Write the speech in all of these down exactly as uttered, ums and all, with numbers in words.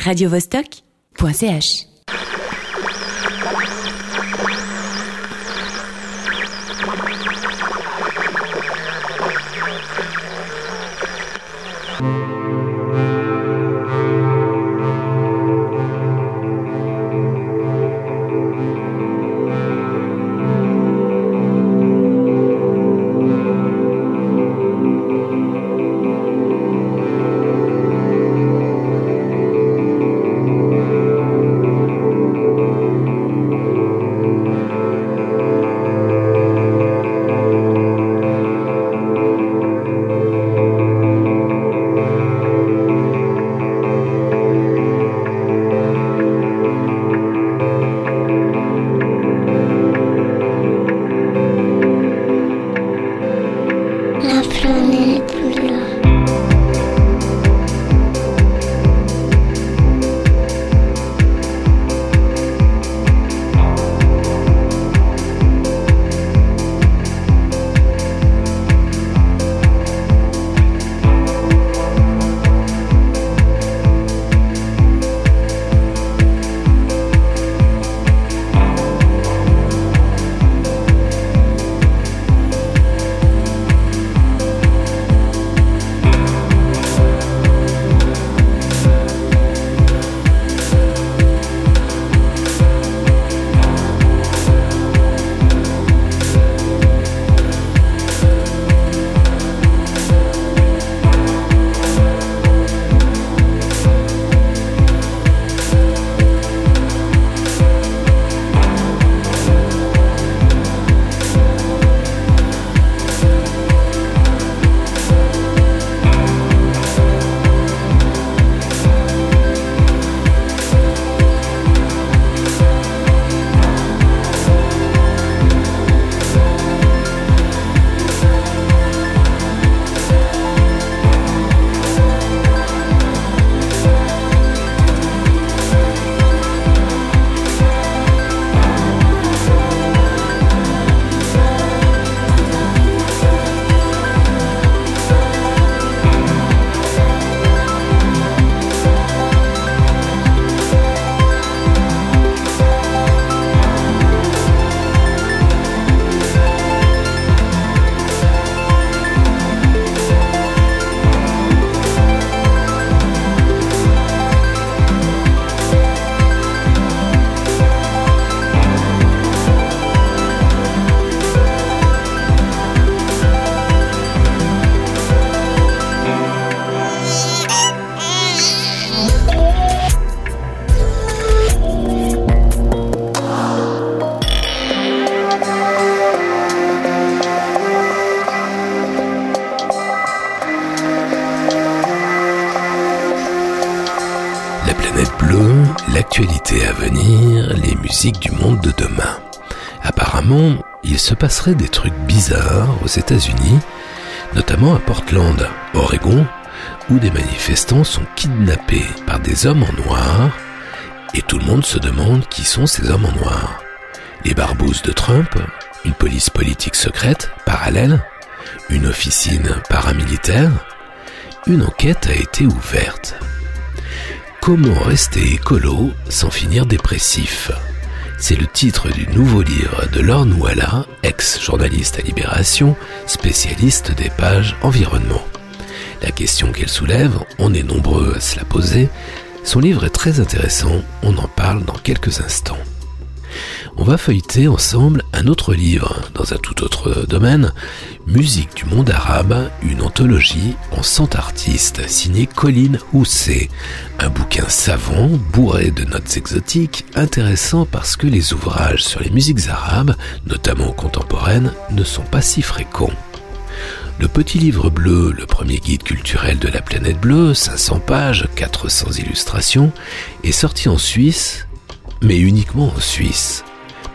radio vostok point c h. L'actualité à venir, les musiques du monde de demain. Apparemment, il se passerait des trucs bizarres aux États-Unis, notamment à Portland, Oregon, où des manifestants sont kidnappés par des hommes en noir, et tout le monde se demande qui sont ces hommes en noir. Les barbouzes de Trump, une police politique secrète, parallèle, une officine paramilitaire. Une enquête a été ouverte. Comment rester écolo sans finir dépressif ? C'est le titre du nouveau livre de Lorne Walla, ex-journaliste à Libération, spécialiste des pages environnement. La question qu'elle soulève, on est nombreux à se la poser, son livre est très intéressant, on en parle dans quelques instants. On va feuilleter ensemble un autre livre, dans un tout autre domaine, Musique du monde arabe, une anthologie en cent artistes, signé Colin Housset. Un bouquin savant, bourré de notes exotiques, intéressant parce que les ouvrages sur les musiques arabes, notamment contemporaines, ne sont pas si fréquents. Le petit livre bleu, le premier guide culturel de la planète bleue, cinq cents pages, quatre cents illustrations, est sorti en Suisse, mais uniquement en Suisse. Pourquoi ?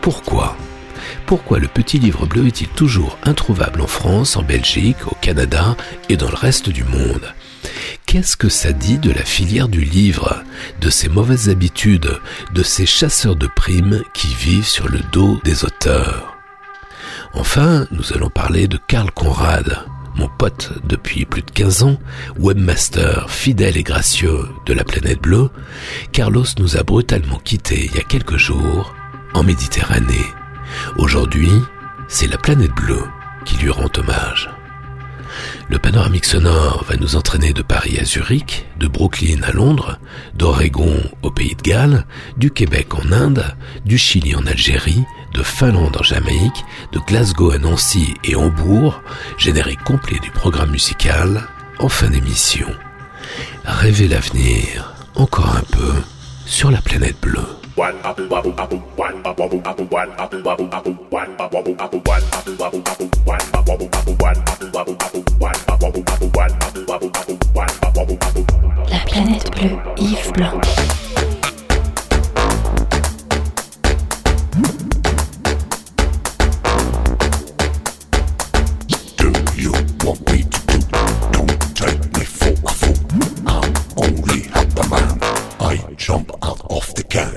Pourquoi le petit livre bleu est-il toujours introuvable en France, en Belgique, au Canada et dans le reste du monde ? Qu'est-ce que ça dit de la filière du livre, de ses mauvaises habitudes, de ces chasseurs de primes qui vivent sur le dos des auteurs ? Enfin, nous allons parler de Karl Conrad, mon pote depuis plus de quinze ans, webmaster fidèle et gracieux de la planète bleue, Carlos nous a brutalement quittés il y a quelques jours en Méditerranée. Aujourd'hui, c'est la planète bleue qui lui rend hommage. Le panoramique sonore va nous entraîner de Paris à Zurich, de Brooklyn à Londres, d'Oregon au Pays de Galles, du Québec en Inde, du Chili en Algérie, de Finlande en Jamaïque, de Glasgow à Nancy et Hambourg, générique complet du programme musical en fin d'émission. Rêvez l'avenir, encore un peu, sur la planète bleue. La planète bleue, Yves Blanc. Jump out of the can.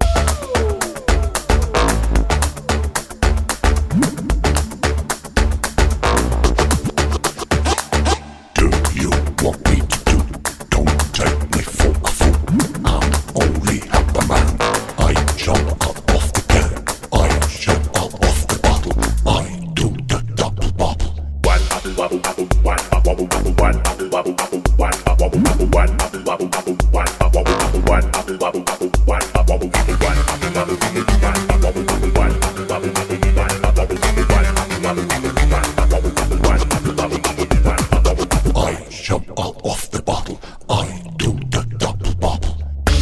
Do you want me to do? Don't take me for a fool. I'm only half a man. I jump out of the can. I jump out of the bottle. I do the double bubble. One bubble bubble bubble. One bubble bubble one bubble bubble bubble. One bubble bubble one bubble bubble bubble. One bubble bubble one bubble bubble bubble. One bubble bubble one bubble bubble. One bubble bubble one bubble bubble. One bubble bubble one bubble bubble. One bubble bubble one bubble bubble. One bubble bubble one bubble bubble. I jump out of the bottle. I do the double bubble.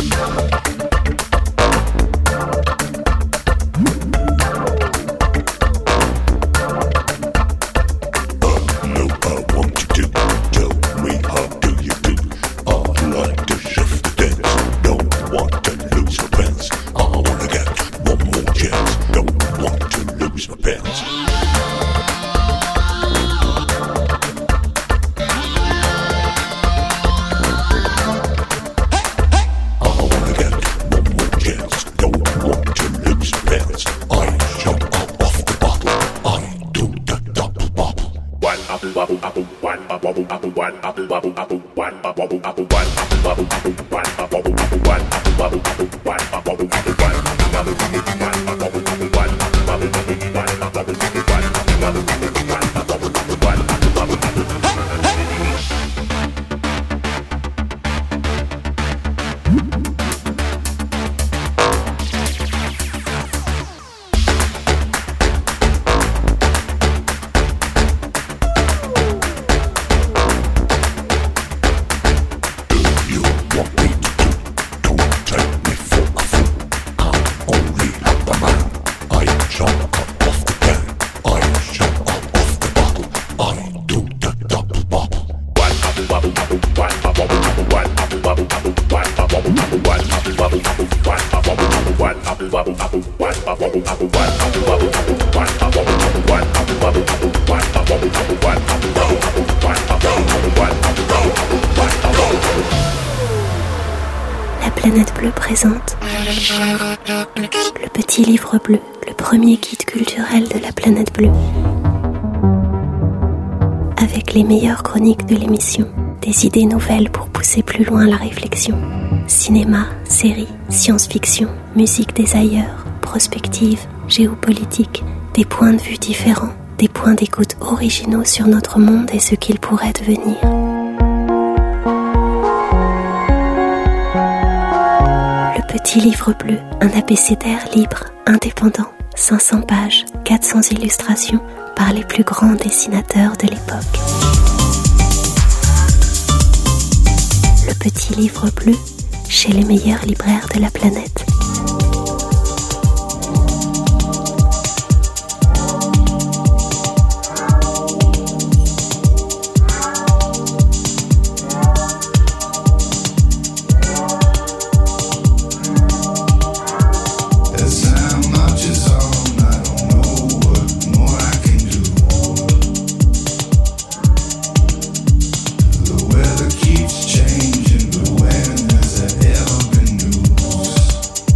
La planète bleue présente le petit livre bleu, le premier guide culturel de la planète bleue. Avec les meilleures chroniques de l'émission, des idées nouvelles pour pousser plus loin la réflexion. Cinéma, séries, science-fiction, musique des ailleurs, prospective, géopolitique, des points de vue différents, des points d'écoute originaux sur notre monde et ce qu'il pourrait devenir. Le petit livre bleu, un abécédaire libre, indépendant, cinq cents pages, quatre cents illustrations par les plus grands dessinateurs de l'époque. Le petit livre bleu, chez les meilleurs libraires de la planète. Keeps changing, but when has there ever been news?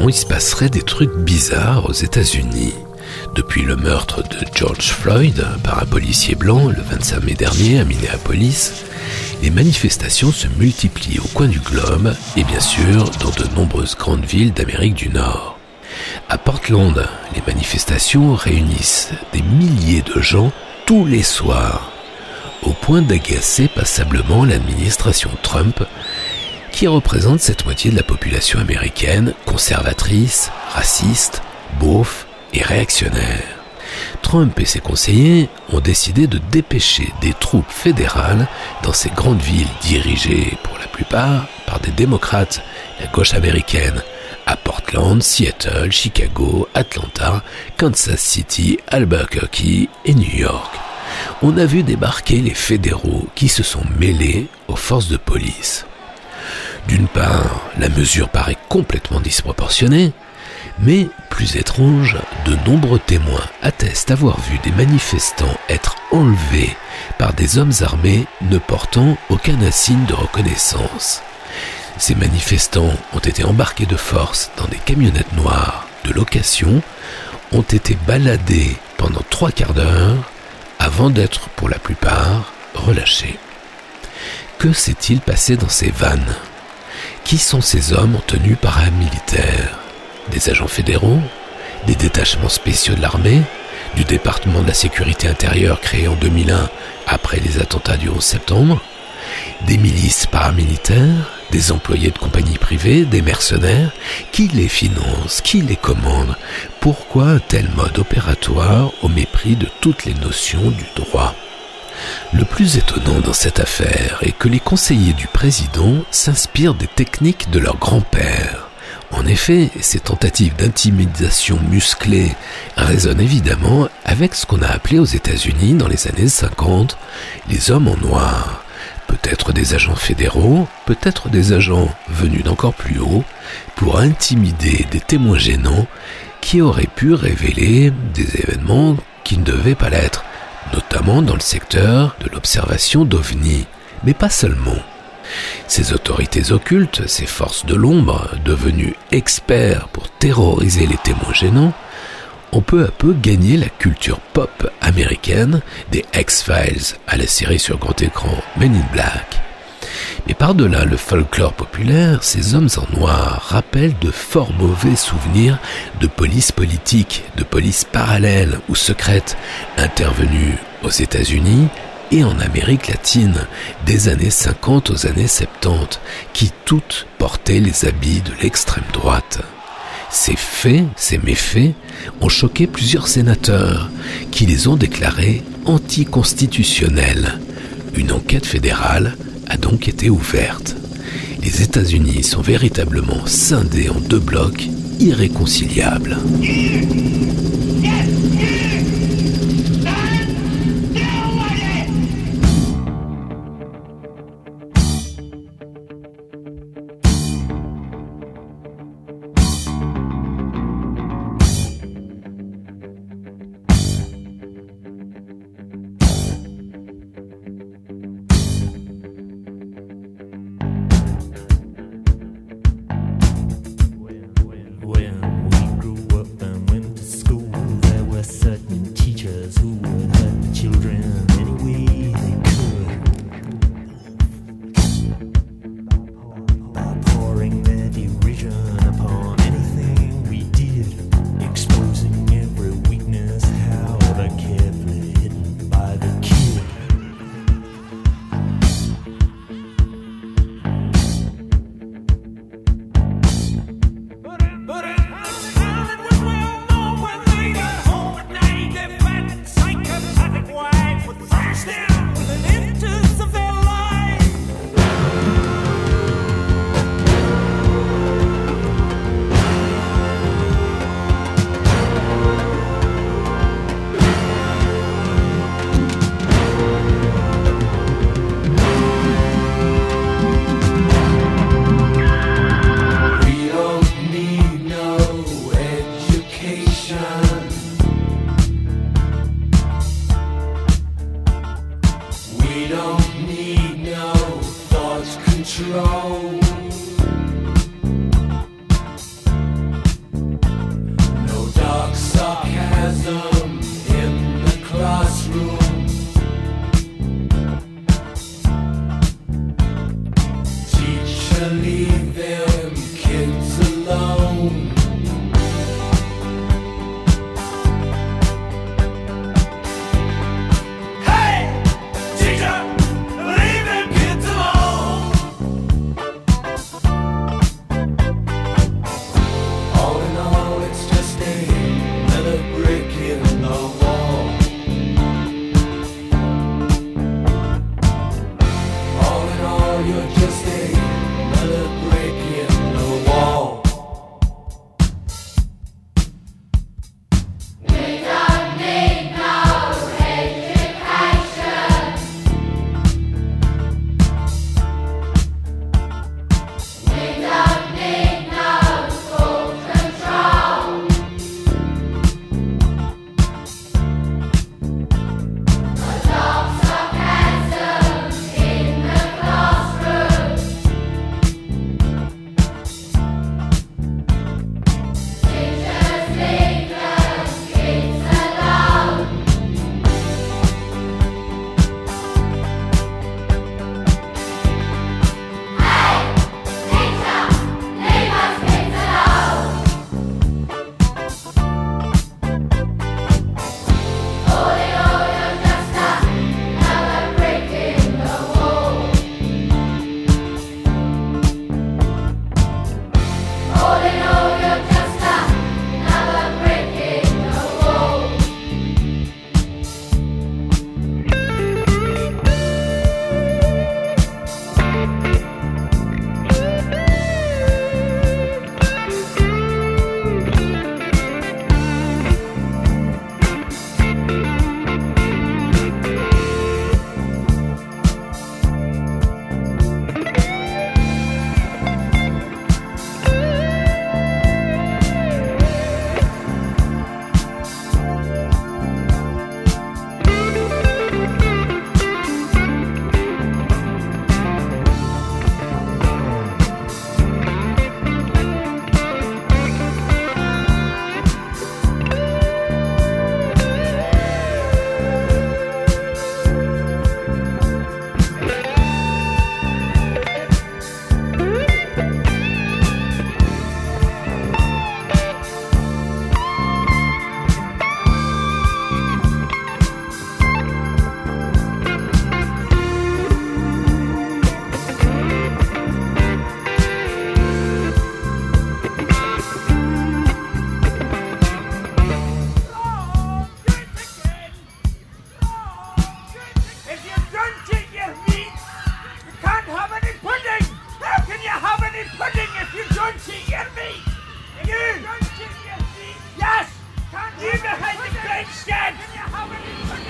moment, il se passerait des trucs bizarres aux États-Unis. Depuis le meurtre de George Floyd par un policier blanc le vingt-cinq mai dernier à Minneapolis, les manifestations se multiplient au coin du globe et bien sûr dans de nombreuses grandes villes d'Amérique du Nord. À Portland, les manifestations réunissent des milliers de gens tous les soirs, au point d'agacer passablement l'administration Trump, qui représente cette moitié de la population américaine conservatrice, raciste, beauf et réactionnaire. Trump et ses conseillers ont décidé de dépêcher des troupes fédérales dans ces grandes villes dirigées pour la plupart par des démocrates, la gauche américaine, à Portland, Seattle, Chicago, Atlanta, Kansas City, Albuquerque et New York. On a vu débarquer les fédéraux qui se sont mêlés aux forces de police. D'une part, la mesure paraît complètement disproportionnée, mais plus étrange, de nombreux témoins attestent avoir vu des manifestants être enlevés par des hommes armés ne portant aucun insigne de reconnaissance. Ces manifestants ont été embarqués de force dans des camionnettes noires de location, ont été baladés pendant trois quarts d'heure avant d'être, pour la plupart, relâchés. Que s'est-il passé dans ces vannes ? Qui sont ces hommes en tenue paramilitaire ? Des agents fédéraux ? Des détachements spéciaux de l'armée ? Du département de la sécurité intérieure créé en deux mille un après les attentats du onze septembre ? Des milices paramilitaires ? Des employés de compagnies privées, des mercenaires? Qui les finance? Qui les commande? Pourquoi un tel mode opératoire au mépris de toutes les notions du droit? Le plus étonnant dans cette affaire est que les conseillers du président s'inspirent des techniques de leur grand-père. En effet, ces tentatives d'intimidation musclée résonnent évidemment avec ce qu'on a appelé aux États-Unis dans les années cinquante les hommes en noir. Peut-être des agents fédéraux, peut-être des agents venus d'encore plus haut, pour intimider des témoins gênants qui auraient pu révéler des événements qui ne devaient pas l'être, notamment dans le secteur de l'observation d'ovnis, mais pas seulement. Ces autorités occultes, ces forces de l'ombre, devenues experts pour terroriser les témoins gênants, ont peu à peu gagné la culture pop américaine, des X-Files à la série sur grand écran Men in Black. Mais par-delà le folklore populaire, ces hommes en noir rappellent de fort mauvais souvenirs de police politique, de police parallèle ou secrète, intervenue aux États-Unis et en Amérique latine, des années cinquante aux années soixante-dix, qui toutes portaient les habits de l'extrême droite. Ces faits, ces méfaits, ont choqué plusieurs sénateurs, qui les ont déclarés anticonstitutionnels. Une enquête fédérale a donc été ouverte. Les États-Unis sont véritablement scindés en deux blocs irréconciliables.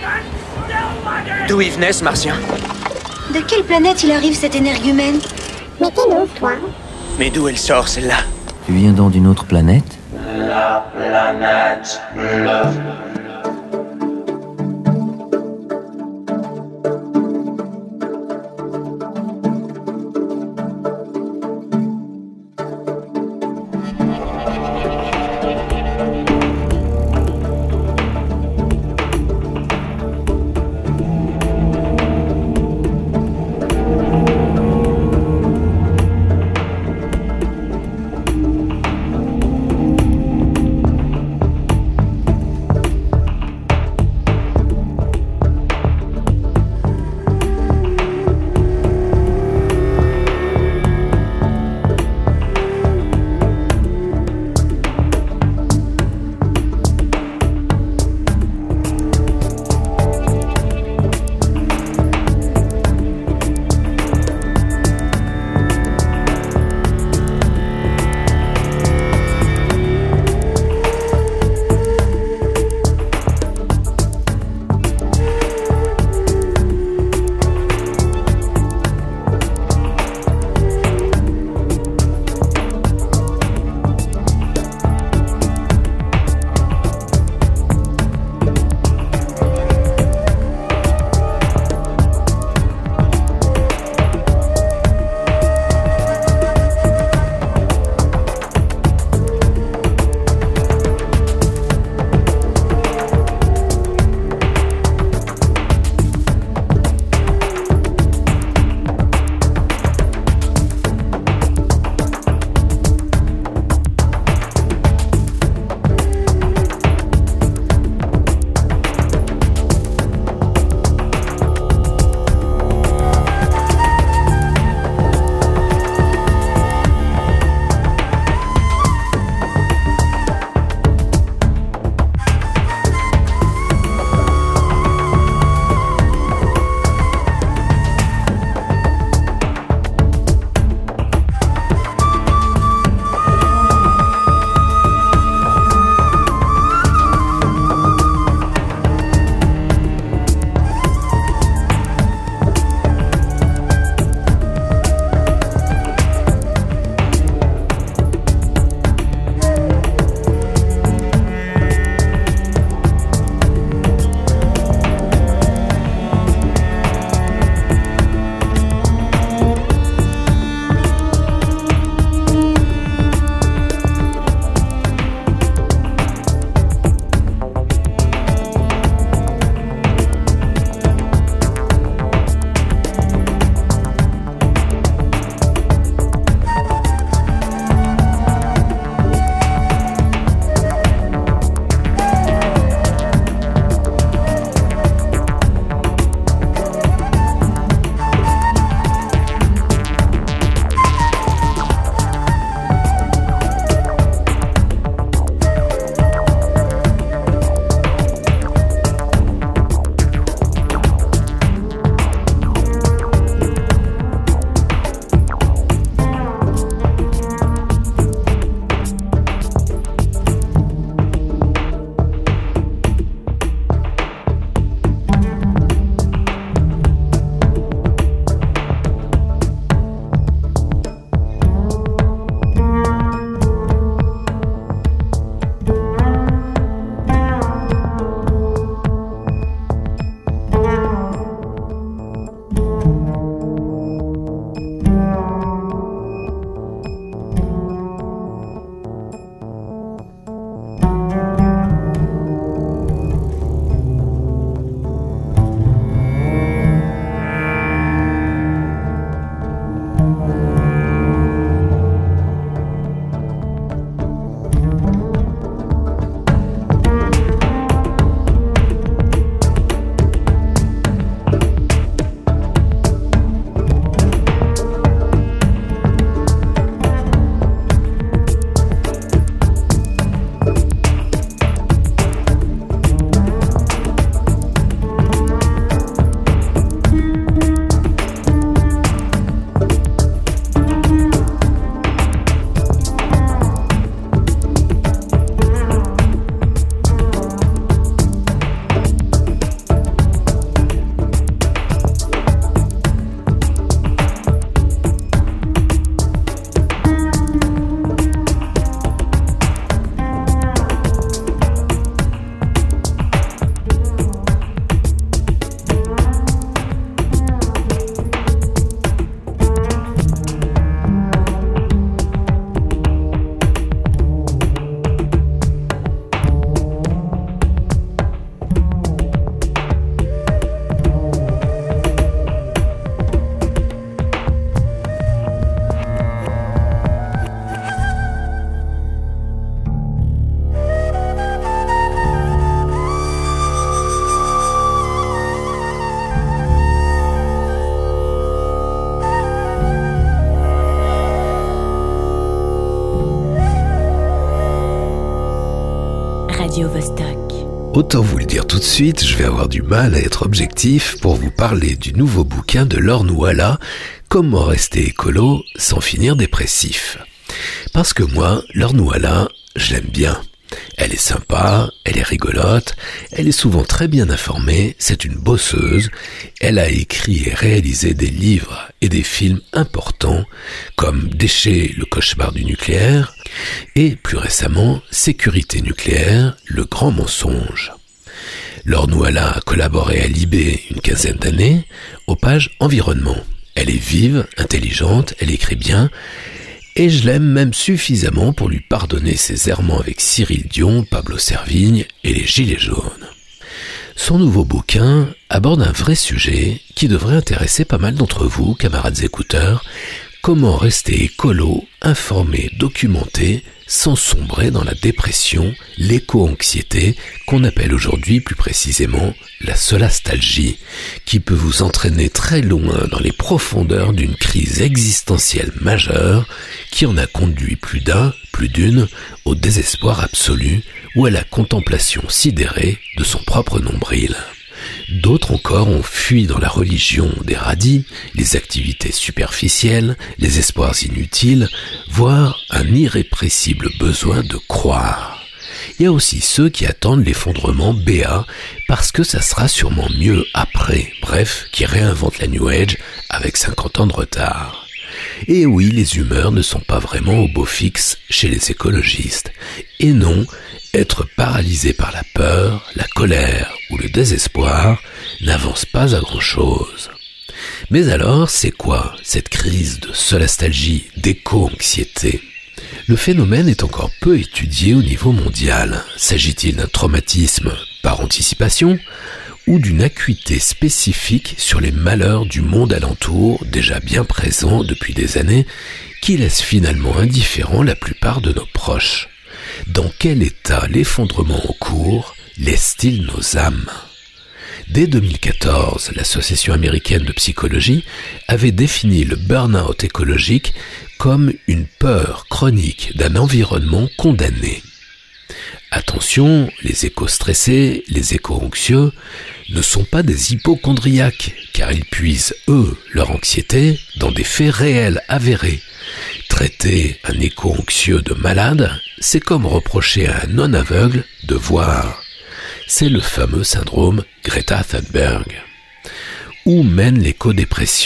D'où il venait ce martien? De quelle planète il arrive cet énergumène? Mais t'es où, toi? Mais d'où elle sort celle-là? Tu viens donc d'une autre planète? La planète bleue. Radio Vostok. Autant vous le dire tout de suite, je vais avoir du mal à être objectif pour vous parler du nouveau bouquin de Laure Nouala, Comment rester écolo sans finir dépressif. Parce que moi, Laure Nouala, je l'aime bien. Elle est sympa, elle est rigolote, elle est souvent très bien informée, c'est une bosseuse, elle a écrit et réalisé des livres et des films importants comme Déchets, le cauchemar du nucléaire et plus récemment Sécurité nucléaire, le grand mensonge. Laure Nouala a collaboré à Libé une quinzaine d'années aux pages Environnement. Elle est vive, intelligente, elle écrit bien, et je l'aime même suffisamment pour lui pardonner ses errements avec Cyril Dion, Pablo Servigne et les Gilets jaunes. Son nouveau bouquin aborde un vrai sujet qui devrait intéresser pas mal d'entre vous, camarades écouteurs, comment rester écolo, informé, documenté, sans sombrer dans la dépression, l'éco-anxiété, qu'on appelle aujourd'hui plus précisément la solastalgie, qui peut vous entraîner très loin dans les profondeurs d'une crise existentielle majeure qui en a conduit plus d'un, plus d'une, au désespoir absolu ou à la contemplation sidérée de son propre nombril. D'autres encore ont fui dans la religion des radis, les activités superficielles, les espoirs inutiles, voire un irrépressible besoin de croire. Il y a aussi ceux qui attendent l'effondrement béat parce que ça sera sûrement mieux après, bref, qui réinventent la New Age avec cinquante ans de retard. Et oui, les humeurs ne sont pas vraiment au beau fixe chez les écologistes. Et non, être paralysé par la peur, la colère ou le désespoir n'avance pas à grand-chose. Mais alors, c'est quoi cette crise de solastalgie, d'éco-anxiété ? Le phénomène est encore peu étudié au niveau mondial. S'agit-il d'un traumatisme par anticipation ou d'une acuité spécifique sur les malheurs du monde alentour, déjà bien présents depuis des années, qui laisse finalement indifférents la plupart de nos proches ? Dans quel état l'effondrement en cours laisse-t-il nos âmes ? Dès deux mille quatorze, l'Association américaine de psychologie avait défini le burn-out écologique comme une peur chronique d'un environnement condamné. Attention, les éco-stressés, les éco-anxieux ne sont pas des hypochondriaques, car ils puisent, eux, leur anxiété dans des faits réels avérés. Traiter un éco-anxieux de malade, c'est comme reprocher à un non-aveugle de voir. C'est le fameux syndrome Greta Thunberg. Où mène l'éco-dépression ?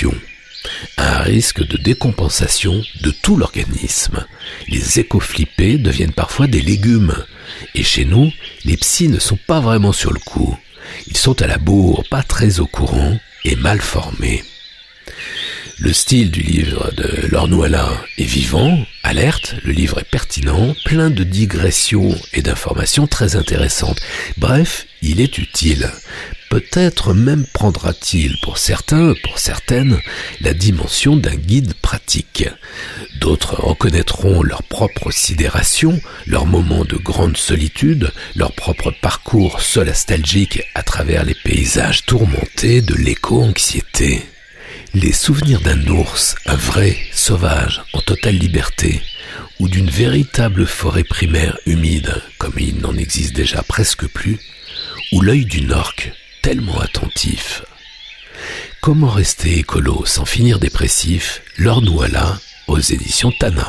Un risque de décompensation de tout l'organisme. Les éco-flippés deviennent parfois des légumes. Et chez nous, les psys ne sont pas vraiment sur le coup. Ils sont à la bourre, pas très au courant et mal formés. Le style du livre de Laure Nouala est vivant, alerte, le livre est pertinent, plein de digressions et d'informations très intéressantes. Bref, il est utile. Peut-être même prendra-t-il pour certains, pour certaines, la dimension d'un guide pratique. D'autres reconnaîtront leur propre sidération, leur moment de grande solitude, leur propre parcours solastalgique à travers les paysages tourmentés de l'éco-anxiété. Les souvenirs d'un ours, un vrai, sauvage, en totale liberté, ou d'une véritable forêt primaire humide, comme il n'en existe déjà presque plus, ou l'œil d'une orque, tellement attentif. Comment rester écolo sans finir dépressif ? Laure Nouala, aux éditions Tana.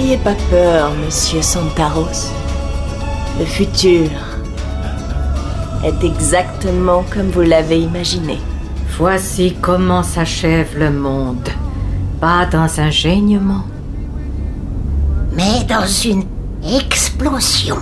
N'ayez pas peur, monsieur Santaros. Le futur est exactement comme vous l'avez imaginé. Voici comment s'achève le monde. Pas dans un gênement, mais dans une explosion.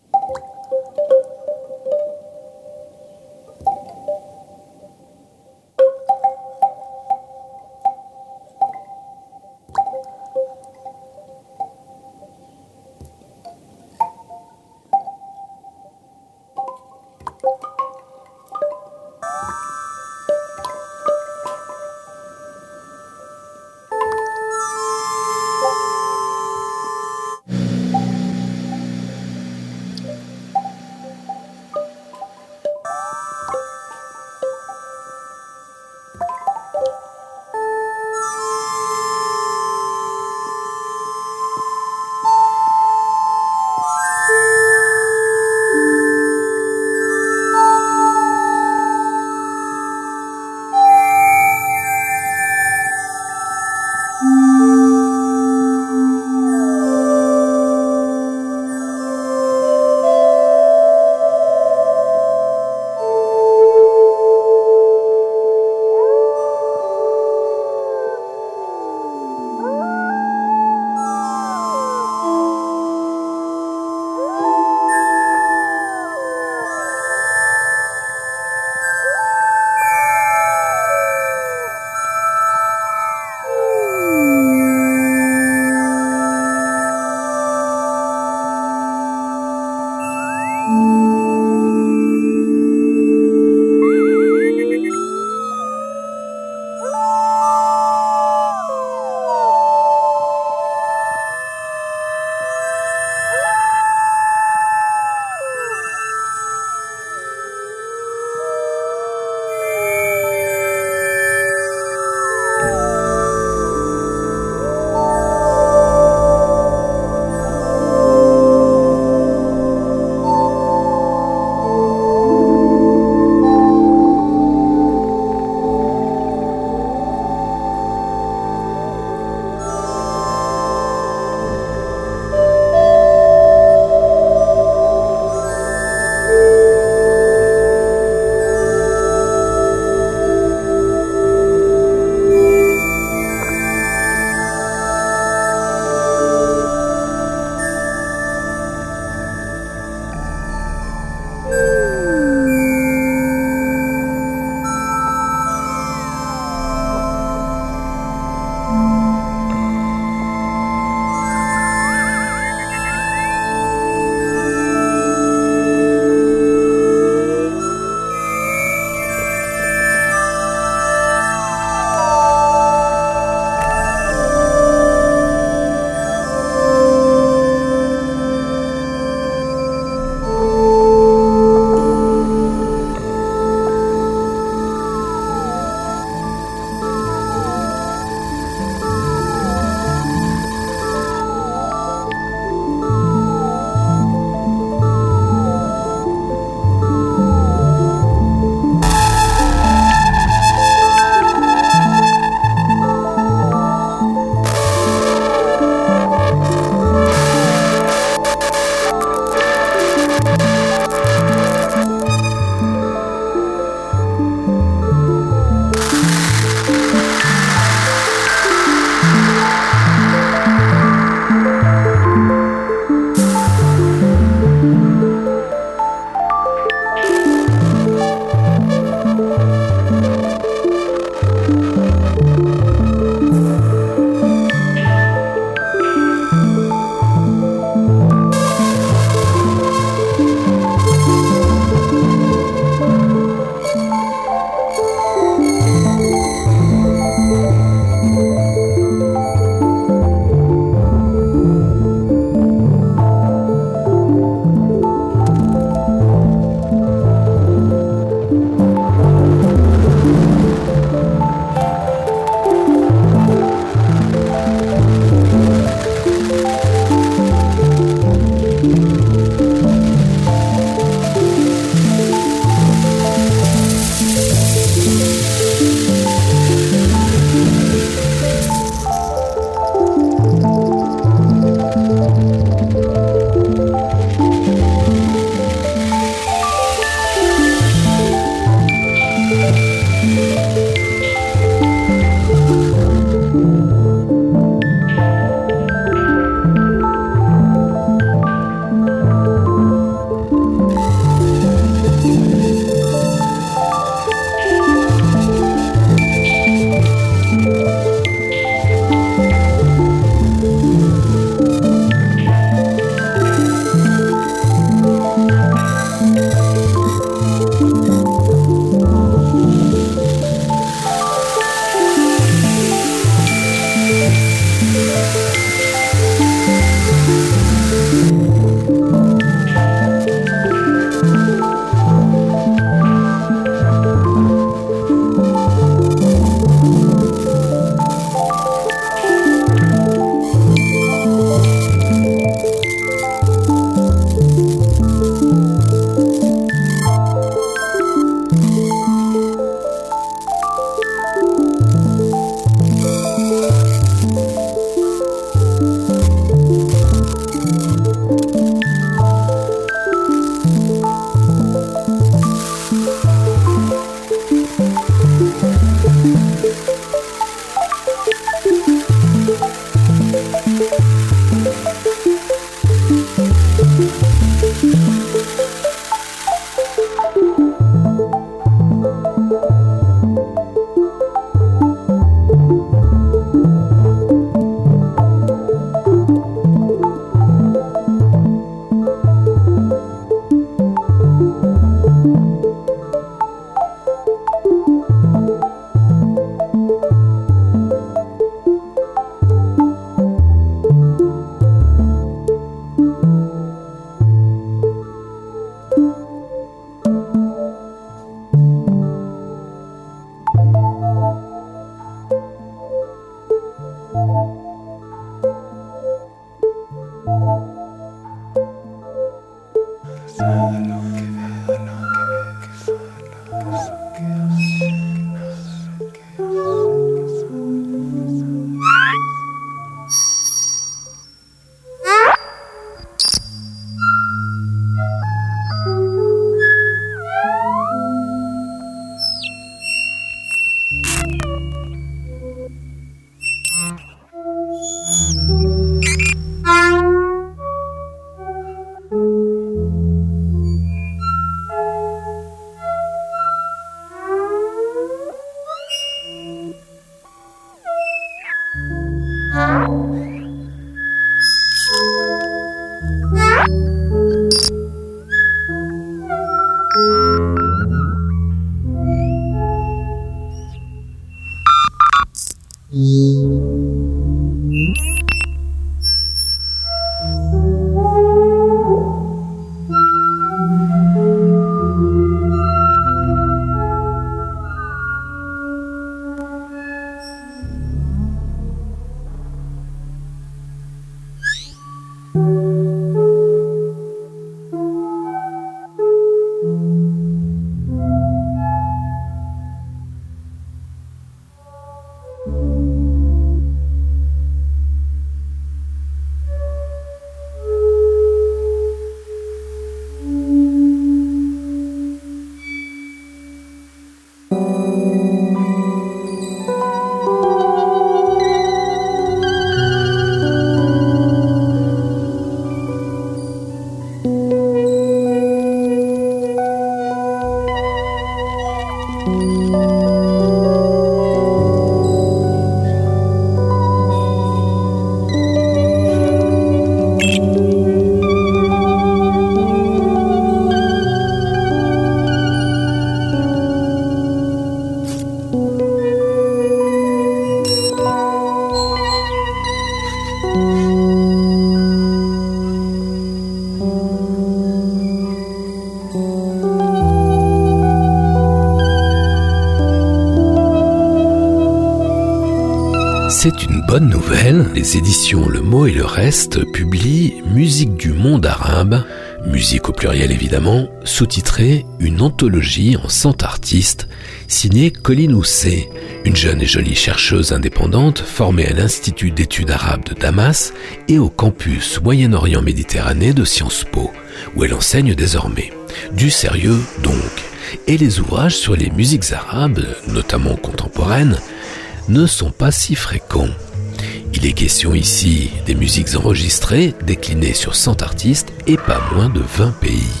C'est une bonne nouvelle, les éditions Le Mot et le Reste publient Musique du monde arabe, musique au pluriel évidemment, sous-titrée Une anthologie en cent artistes, signée Colline Housset, une jeune et jolie chercheuse indépendante formée à l'Institut d'études arabes de Damas et au campus Moyen-Orient-Méditerranée de Sciences Po, où elle enseigne désormais. Du sérieux donc, et les ouvrages sur les musiques arabes, notamment contemporaines, ne sont pas si fréquents. Il est question ici des musiques enregistrées, déclinées sur cent artistes et pas moins de vingt pays.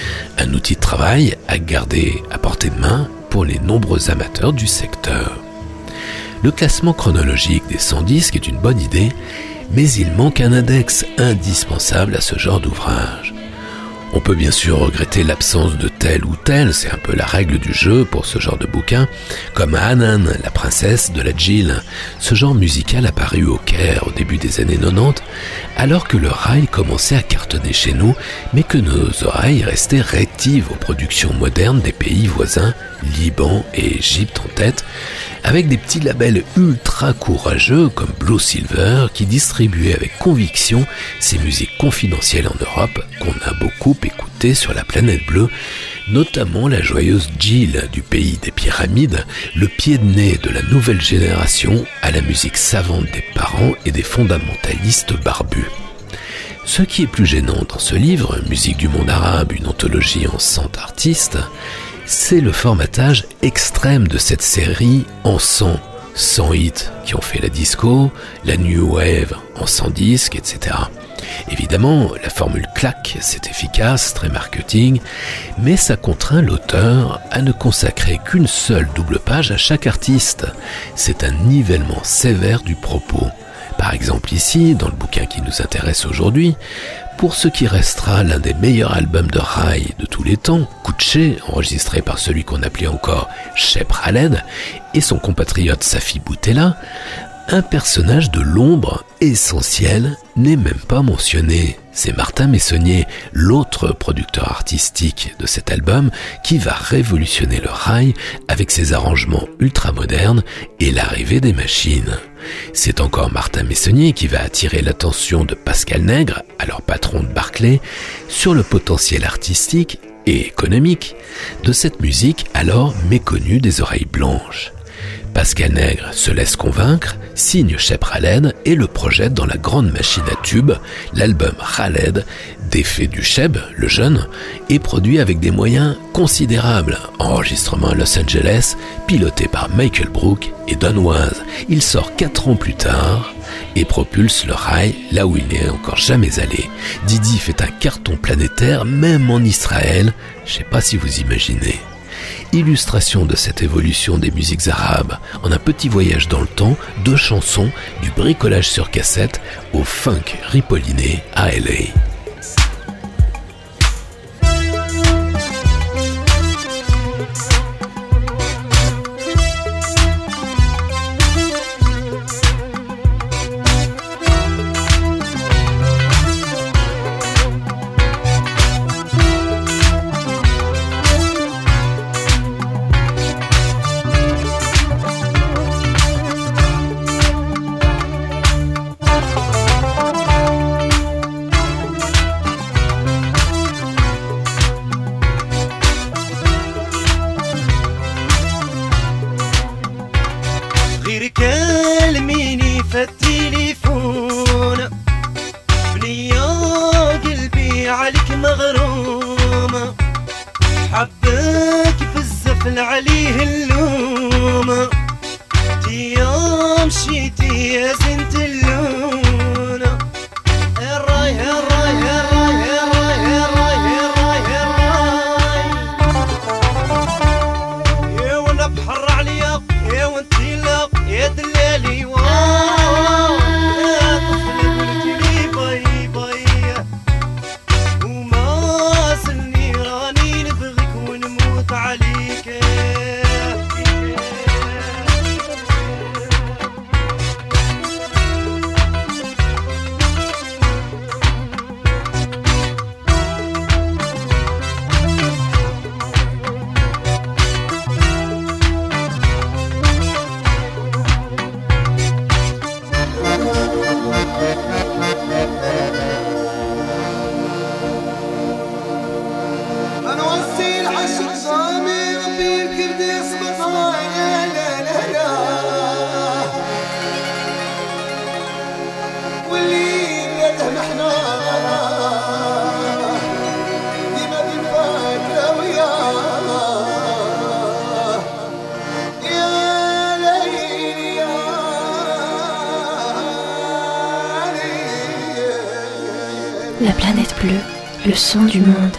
Un outil de travail à garder à portée de main pour les nombreux amateurs du secteur. Le classement chronologique des cent disques est une bonne idée, mais il manque un index indispensable à ce genre d'ouvrage. On peut bien sûr regretter l'absence de tel ou tel, c'est un peu la règle du jeu pour ce genre de bouquin, comme Hanan, la princesse de la Djil. Ce genre musical apparu au Caire au début des années quatre-vingt-dix, alors que le raï commençait à cartonner chez nous, mais que nos oreilles restaient rétives aux productions modernes des pays voisins, Liban et Égypte en tête, avec des petits labels ultra courageux comme Blue Silver qui distribuaient avec conviction ces musiques confidentielles en Europe qu'on a beaucoup écoutées sur la planète bleue, notamment la joyeuse Djil du pays des pyramides, le pied de nez de la nouvelle génération à la musique savante des parents et des fondamentalistes barbus. Ce qui est plus gênant dans ce livre, Musique du monde arabe, une anthologie en cent artistes, c'est le formatage extrême de cette série en cent, cent hits qui ont fait la disco, la new wave en cent disques, et cetera. Évidemment, la formule claque, c'est efficace, très marketing, mais ça contraint l'auteur à ne consacrer qu'une seule double page à chaque artiste. C'est un nivellement sévère du propos. Par exemple ici, dans le bouquin qui nous intéresse aujourd'hui, pour ce qui restera l'un des meilleurs albums de raï de tous les temps, Kouché, enregistré par celui qu'on appelait encore Cheb Khaled, et son compatriote Safi Boutella, un personnage de l'ombre essentiel n'est même pas mentionné. C'est Martin Messonnier, l'autre producteur artistique de cet album, qui va révolutionner le raï avec ses arrangements ultra-modernes et l'arrivée des machines. C'est encore Martin Messonnier qui va attirer l'attention de Pascal Nègre, alors patron de Barclay, sur le potentiel artistique et économique de cette musique alors méconnue des oreilles blanches. Pascal Nègre se laisse convaincre, signe Cheb Khaled et le projette dans la grande machine à tubes, l'album Khaled, d'effet du Cheb, le jeune, est produit avec des moyens considérables. Enregistrement à Los Angeles, piloté par Michael Brook et Don Was. Il sort quatre ans plus tard et propulse le raï là où il n'est encore jamais allé. Didi fait un carton planétaire, même en Israël, je sais pas si vous imaginez. Illustration de cette évolution des musiques arabes en un petit voyage dans le temps, deux chansons du bricolage sur cassette au funk ripolliné à L A. يتحمل عليه اللوم يا مشيتي يا زنت اللون الراي الراي الراي الراي الراي الراي الراي يا وانا بحر عليا يا وانتي لا يا دلالي واو يا طفل قلتي لي باي باي وما سني راني نبغيك ونموت عليك La planète bleue, le son du monde.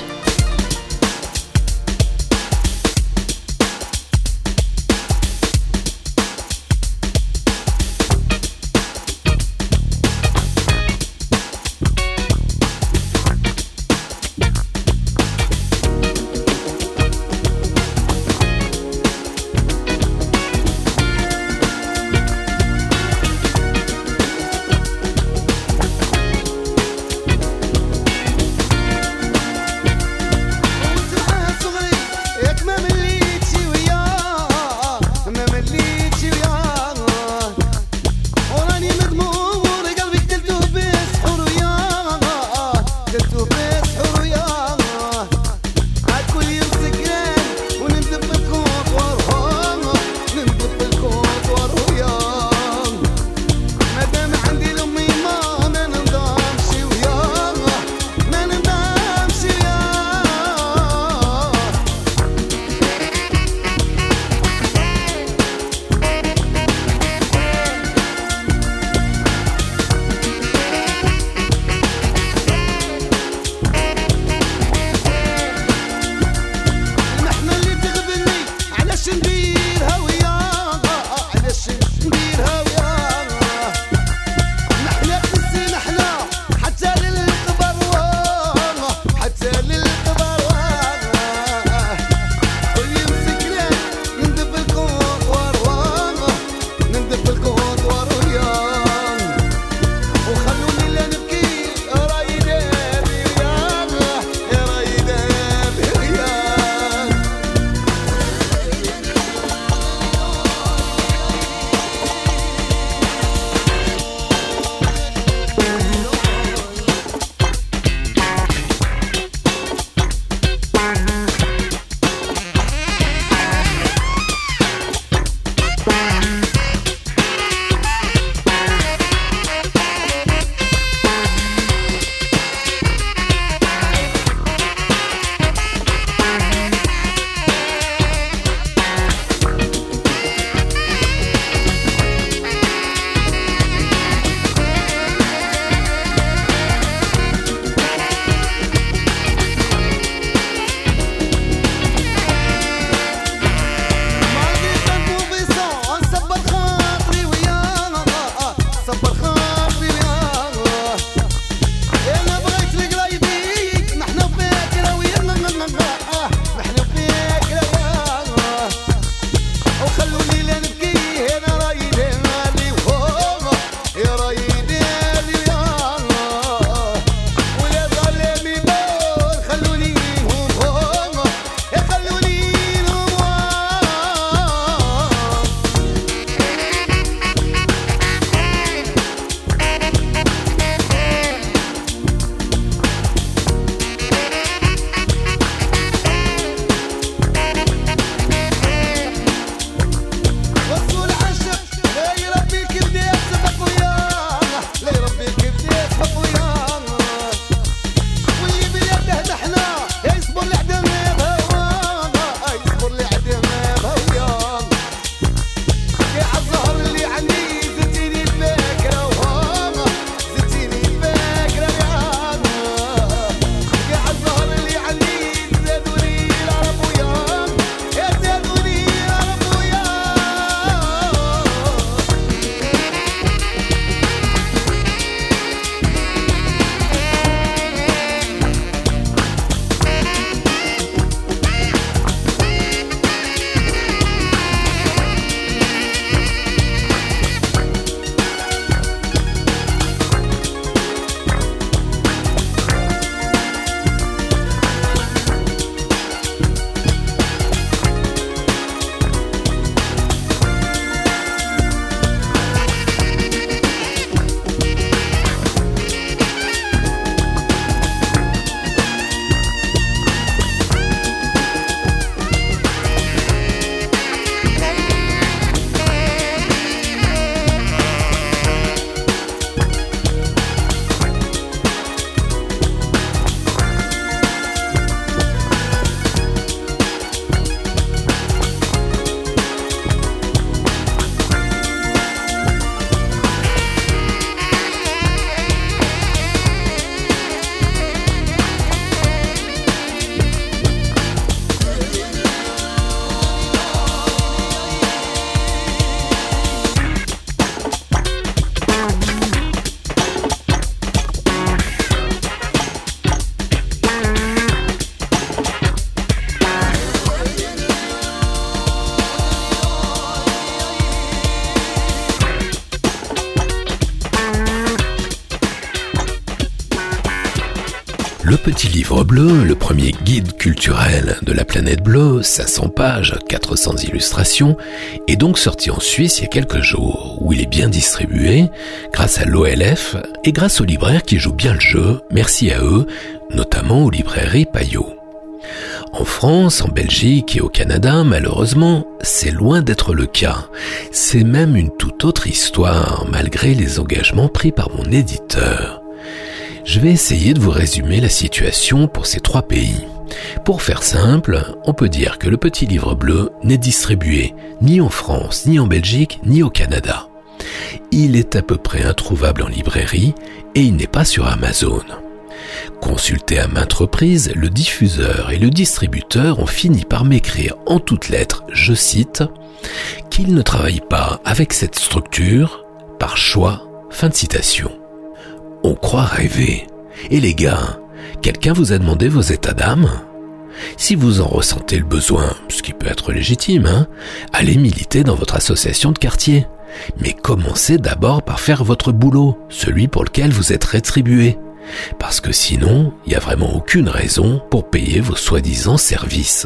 Le Petit Livre Bleu, le premier guide culturel de la planète bleue, cinq cents pages, quatre cents illustrations, est donc sorti en Suisse il y a quelques jours, où il est bien distribué, grâce à l'O L F et grâce aux libraires qui jouent bien le jeu, merci à eux, notamment aux librairies Payot. En France, en Belgique et au Canada, malheureusement, c'est loin d'être le cas. C'est même une toute autre histoire, malgré les engagements pris par mon éditeur. Je vais essayer de vous résumer la situation pour ces trois pays. Pour faire simple, on peut dire que le Petit Livre Bleu n'est distribué ni en France, ni en Belgique, ni au Canada. Il est à peu près introuvable en librairie et il n'est pas sur Amazon. Consulté à maintes reprises, le diffuseur et le distributeur ont fini par m'écrire en toutes lettres, je cite, qu'ils ne travaillent pas avec cette structure par choix, fin de citation. On croit rêver. Et les gars, quelqu'un vous a demandé vos états d'âme ? Si vous en ressentez le besoin, ce qui peut être légitime, hein, allez militer dans votre association de quartier. Mais commencez d'abord par faire votre boulot, celui pour lequel vous êtes rétribué. Parce que sinon, il n'y a vraiment aucune raison pour payer vos soi-disant services.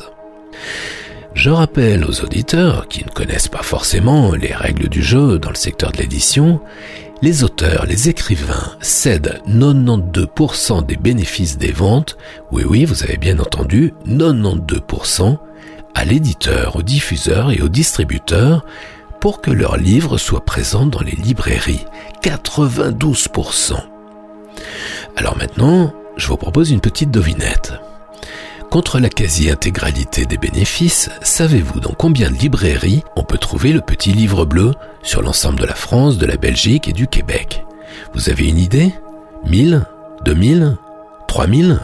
Je rappelle aux auditeurs qui ne connaissent pas forcément les règles du jeu dans le secteur de l'édition, les auteurs, les écrivains cèdent quatre-vingt-douze pour cent des bénéfices des ventes, oui oui, vous avez bien entendu, quatre-vingt-douze pour cent à l'éditeur, au diffuseur et au distributeur pour que leurs livres soient présents dans les librairies. quatre-vingt-douze pour cent. Alors maintenant, je vous propose une petite devinette. Contre la quasi-intégralité des bénéfices, savez-vous dans combien de librairies on peut trouver le Petit Livre Bleu sur l'ensemble de la France, de la Belgique et du Québec? Vous avez une idée? mille? deux mille? trois mille?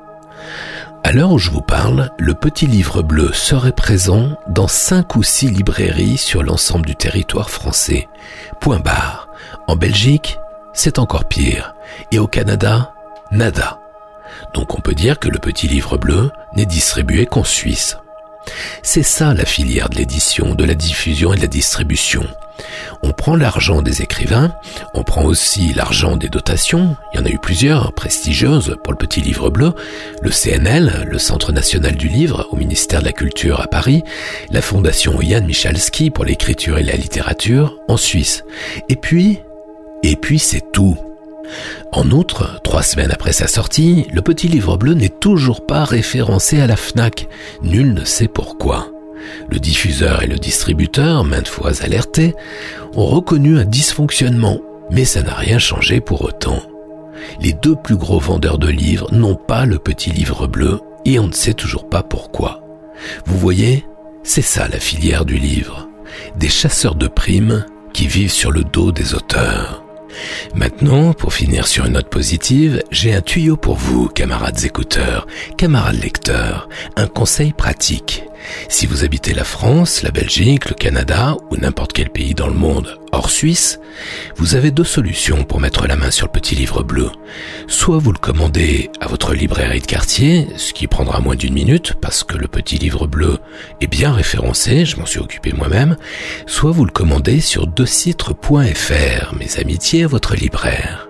À l'heure où je vous parle, le Petit Livre Bleu serait présent dans cinq ou six librairies sur l'ensemble du territoire français. Point barre. En Belgique, c'est encore pire. Et au Canada, nada. Donc on peut dire que le Petit Livre Bleu n'est distribué qu'en Suisse. C'est ça la filière de l'édition, de la diffusion et de la distribution. On prend l'argent des écrivains, on prend aussi l'argent des dotations, il y en a eu plusieurs, prestigieuses pour le Petit Livre Bleu, le C N L, le Centre National du Livre, au ministère de la Culture à Paris, la Fondation Jan Michalski pour l'écriture et la littérature, en Suisse. Et puis, et puis c'est tout. En outre, trois semaines après sa sortie, le Petit Livre Bleu n'est toujours pas référencé à la Fnac. Nul ne sait pourquoi. Le diffuseur et le distributeur, maintes fois alertés, ont reconnu un dysfonctionnement, mais ça n'a rien changé pour autant. Les deux plus gros vendeurs de livres n'ont pas le Petit Livre Bleu et on ne sait toujours pas pourquoi. Vous voyez, c'est ça la filière du livre. Des chasseurs de primes qui vivent sur le dos des auteurs. Maintenant, pour finir sur une note positive, j'ai un tuyau pour vous, camarades écouteurs, camarades lecteurs, un conseil pratique. Si vous habitez la France, la Belgique, le Canada ou n'importe quel pays dans le monde hors Suisse, vous avez deux solutions pour mettre la main sur le Petit Livre Bleu. Soit vous le commandez à votre librairie de quartier, ce qui prendra moins d'une minute parce que le Petit Livre Bleu est bien référencé, je m'en suis occupé moi-même, soit vous le commandez sur decitre point f r, mes amitiés à votre libraire.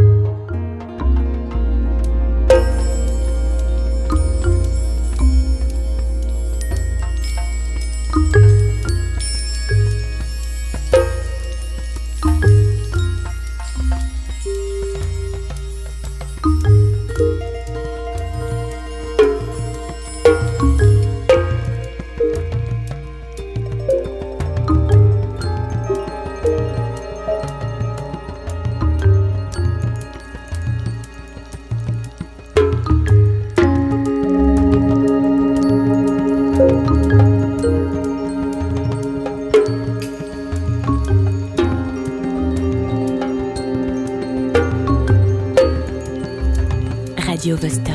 Radio Vostok.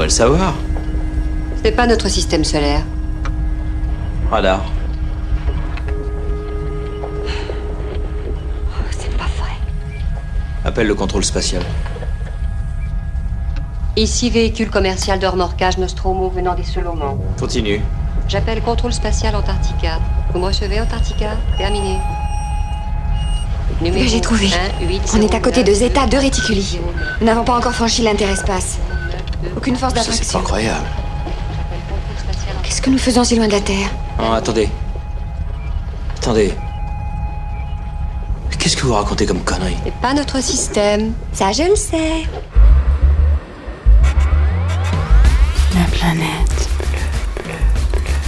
le savoir. C'est pas notre système solaire. Radar. Oh, c'est pas vrai. Appelle le contrôle spatial. Ici, véhicule commercial de remorquage Nostromo venant des Solomons. Continue. J'appelle contrôle spatial Antarctica. Vous me recevez, Antarctica? Terminé. Numéro J'ai trouvé. un, huit, On est à côté de Zeta de Reticuli. Nous n'avons pas encore franchi l'interespace. Aucune force d'attraction. C'est incroyable. Qu'est-ce que nous faisons si loin de la Terre? Non, attendez. Attendez. Qu'est-ce que vous racontez comme conneries? C'est pas notre système. Ça, je le sais. La planète bleue, bleue, bleue, bleue.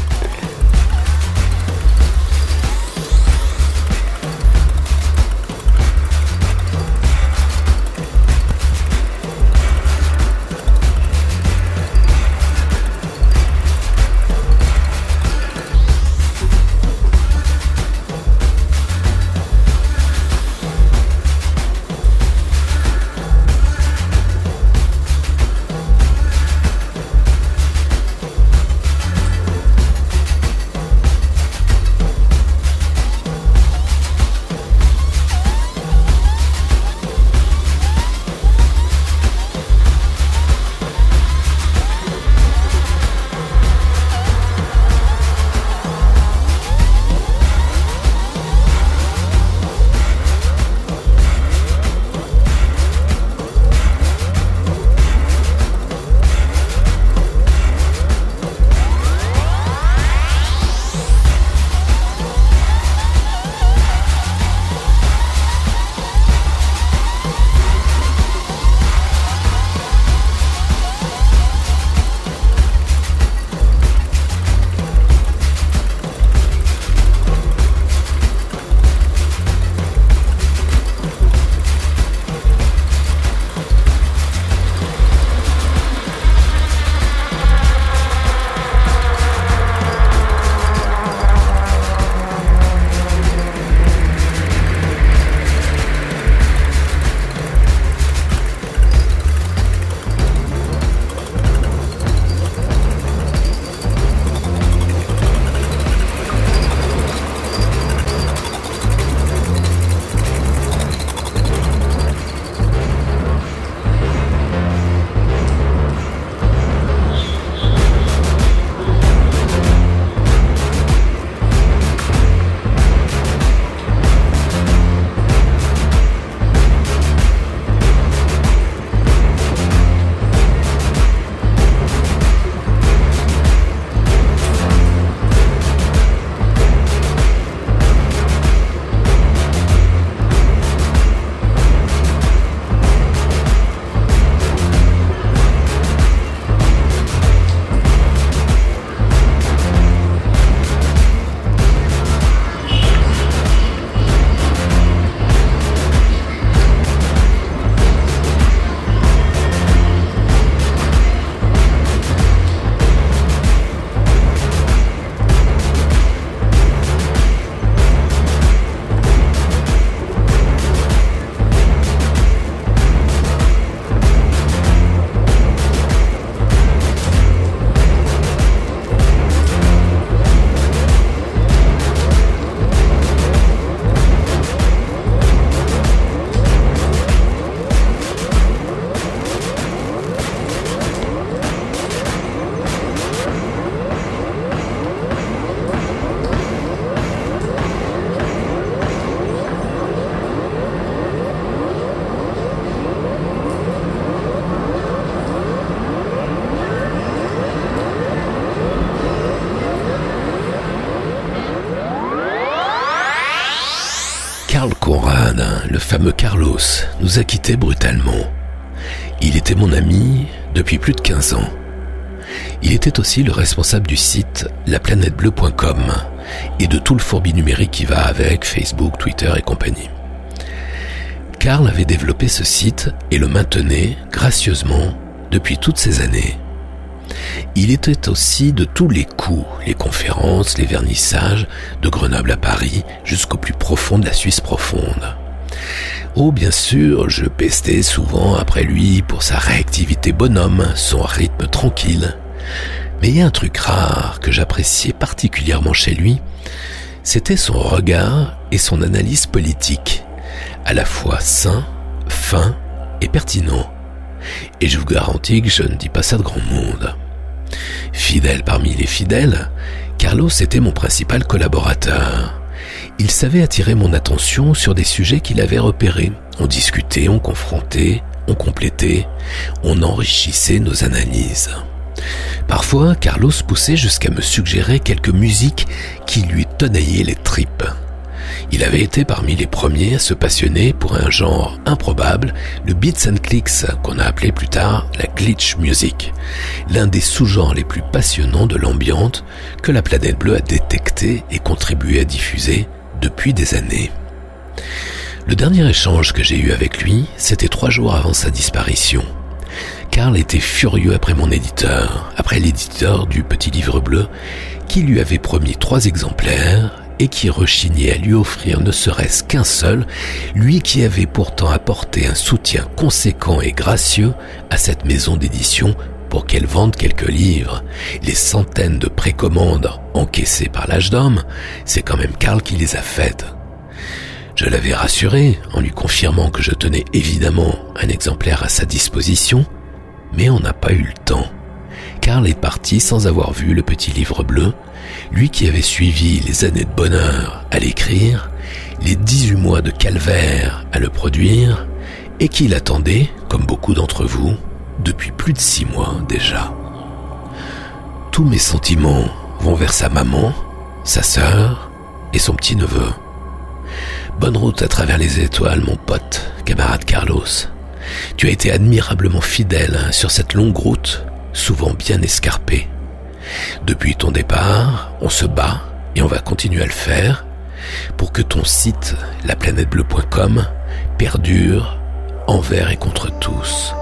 Carl Conrad, le fameux Carlos, nous a quittés brutalement. Il était mon ami depuis plus de quinze ans. Il était aussi le responsable du site la planète bleue point com et de tout le fourbi numérique qui va avec, Facebook, Twitter et compagnie. Carl avait développé ce site et le maintenait gracieusement depuis toutes ces années. Il était aussi de tous les coups, les conférences, les vernissages, de Grenoble à Paris, jusqu'au plus profond de la Suisse profonde. Oh, bien sûr, je pestais souvent après lui pour sa réactivité bonhomme, son rythme tranquille. Mais il y a un truc rare que j'appréciais particulièrement chez lui, c'était son regard et son analyse politique, à la fois sain, fin et pertinent. Et je vous garantis que je ne dis pas ça de grand monde. Fidèle parmi les fidèles, Carlos était mon principal collaborateur. Il savait attirer mon attention sur des sujets qu'il avait repérés. On discutait, on confrontait, on complétait, on enrichissait nos analyses. Parfois, Carlos poussait jusqu'à me suggérer quelques musiques qui lui tenaillaient les tripes. Il avait été parmi les premiers à se passionner pour un genre improbable, le beats and clicks, qu'on a appelé plus tard la glitch music, l'un des sous-genres les plus passionnants de l'ambiance que la Planète Bleue a détecté et contribué à diffuser depuis des années. Le dernier échange que j'ai eu avec lui, c'était trois jours avant sa disparition. Carl était furieux après mon éditeur, après l'éditeur du Petit Livre Bleu, qui lui avait promis trois exemplaires et qui rechignait à lui offrir ne serait-ce qu'un seul, lui qui avait pourtant apporté un soutien conséquent et gracieux à cette maison d'édition pour qu'elle vende quelques livres. Les centaines de précommandes encaissées par l'âge d'homme, c'est quand même Carl qui les a faites. Je l'avais rassuré en lui confirmant que je tenais évidemment un exemplaire à sa disposition, mais on n'a pas eu le temps. Carl est parti sans avoir vu le Petit Livre Bleu, lui qui avait suivi les années de bonheur à l'écrire, les dix-huit mois de calvaire à le produire, et qui l'attendait, comme beaucoup d'entre vous, depuis plus de six mois déjà. Tous mes sentiments vont vers sa maman, sa sœur et son petit-neveu. Bonne route à travers les étoiles, mon pote, camarade Carlos. Tu as été admirablement fidèle sur cette longue route, souvent bien escarpée. Depuis ton départ, on se bat, et on va continuer à le faire, pour que ton site, la planète bleue point com, perdure envers et contre tous.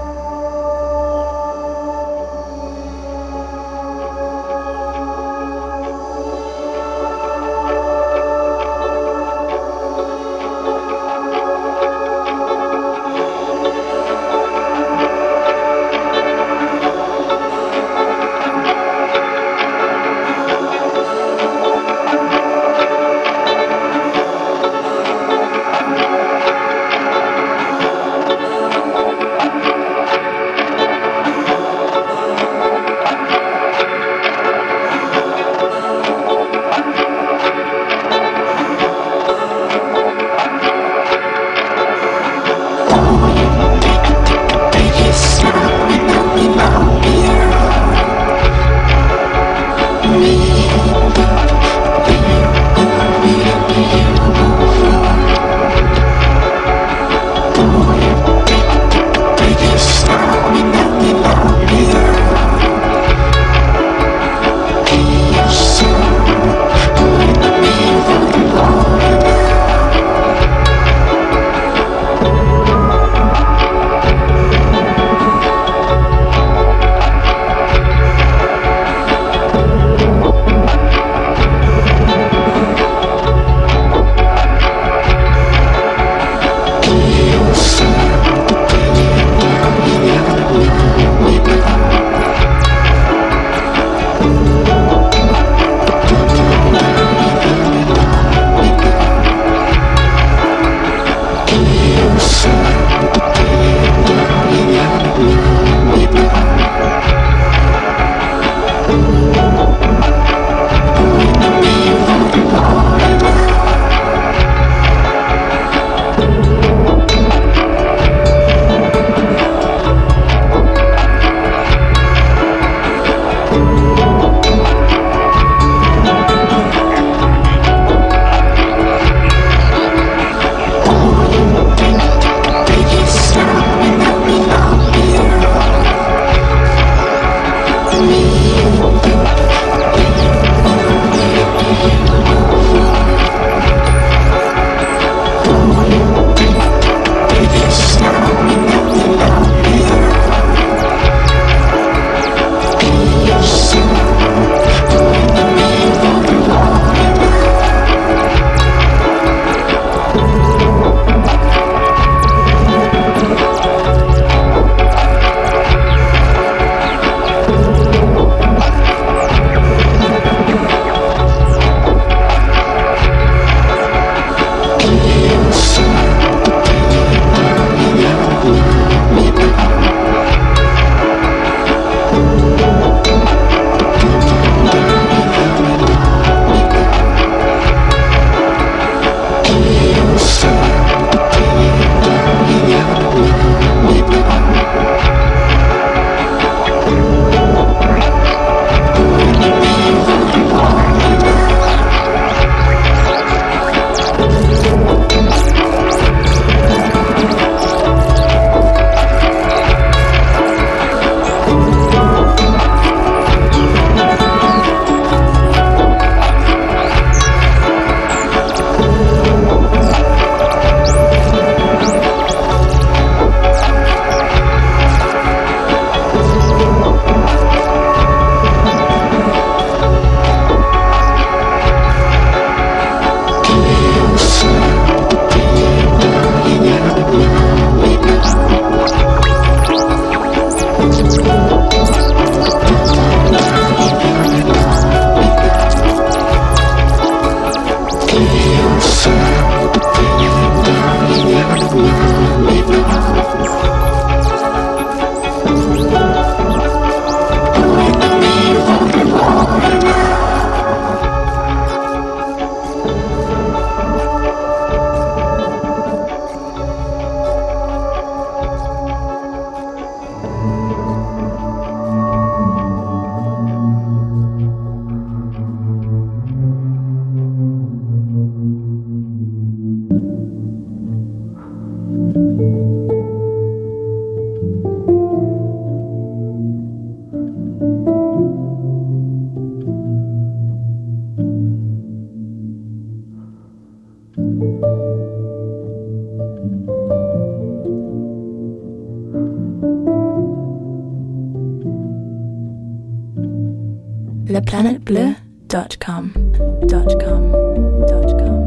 la planète bleue dot com dot com dot com.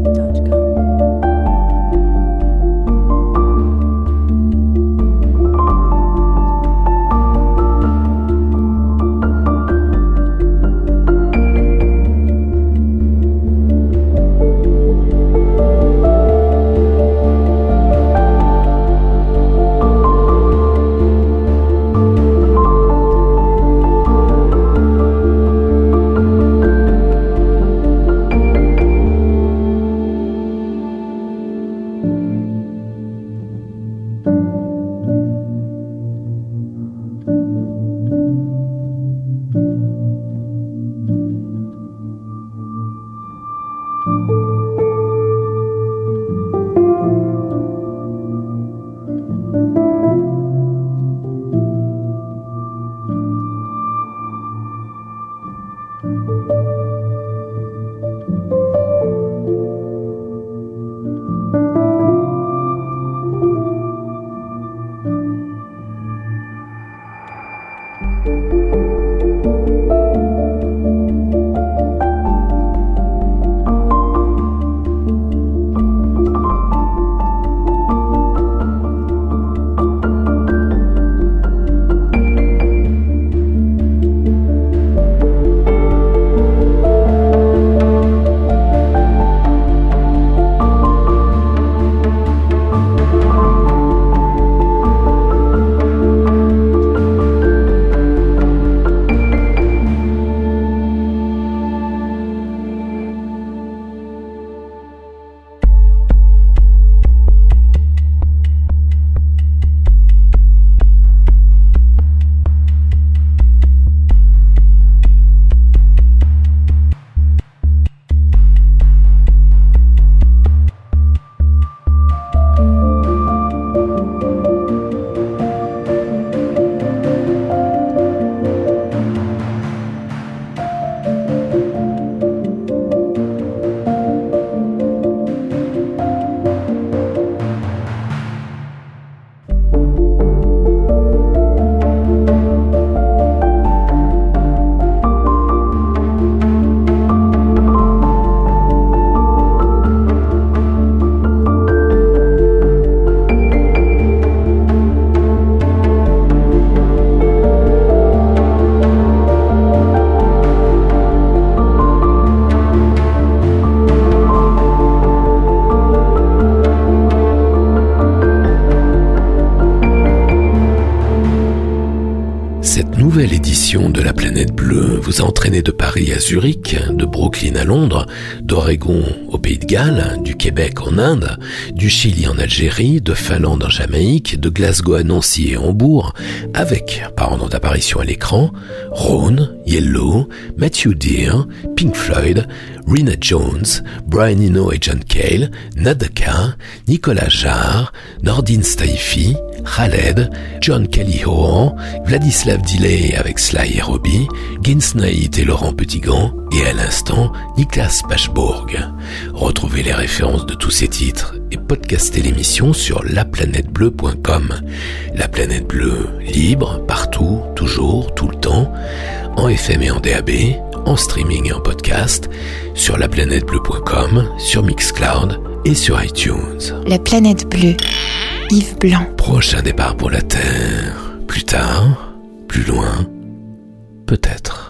nouvelle édition de la planète bleue vous a entraîné de Paris à Zurich, de Brooklyn à Londres, d'Oregon au Pays de Galles, du Québec en Inde, du Chili en Algérie, de Finlande en Jamaïque, de Glasgow à Nancy et Hambourg, avec, par ordre d'apparition à l'écran, Rhône, Yellow, Matthew Deere, Pink Floyd, Rena Jones, Brian Eno et John Cale, Nadaka, Nicolas Jarre, Nordine Staifi, Khaled, John Kelly-Hohan, Vladislav Diley avec Sly et Robbie, Ginsnaït et Laurent Petitgand, et à l'instant, Niklas Bachbourg. Retrouvez les références de tous ces titres et podcastez l'émission sur la planète bleue point com. La Planète Bleue, libre, partout, toujours, tout le temps, en F M et en D A B, en streaming et en podcast, sur la planète bleue point com, sur Mixcloud et sur iTunes. La Planète Bleue, Yves Blanc. Prochain départ pour la Terre. Plus tard, plus loin, peut-être.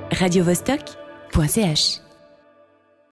radio vostok point c h.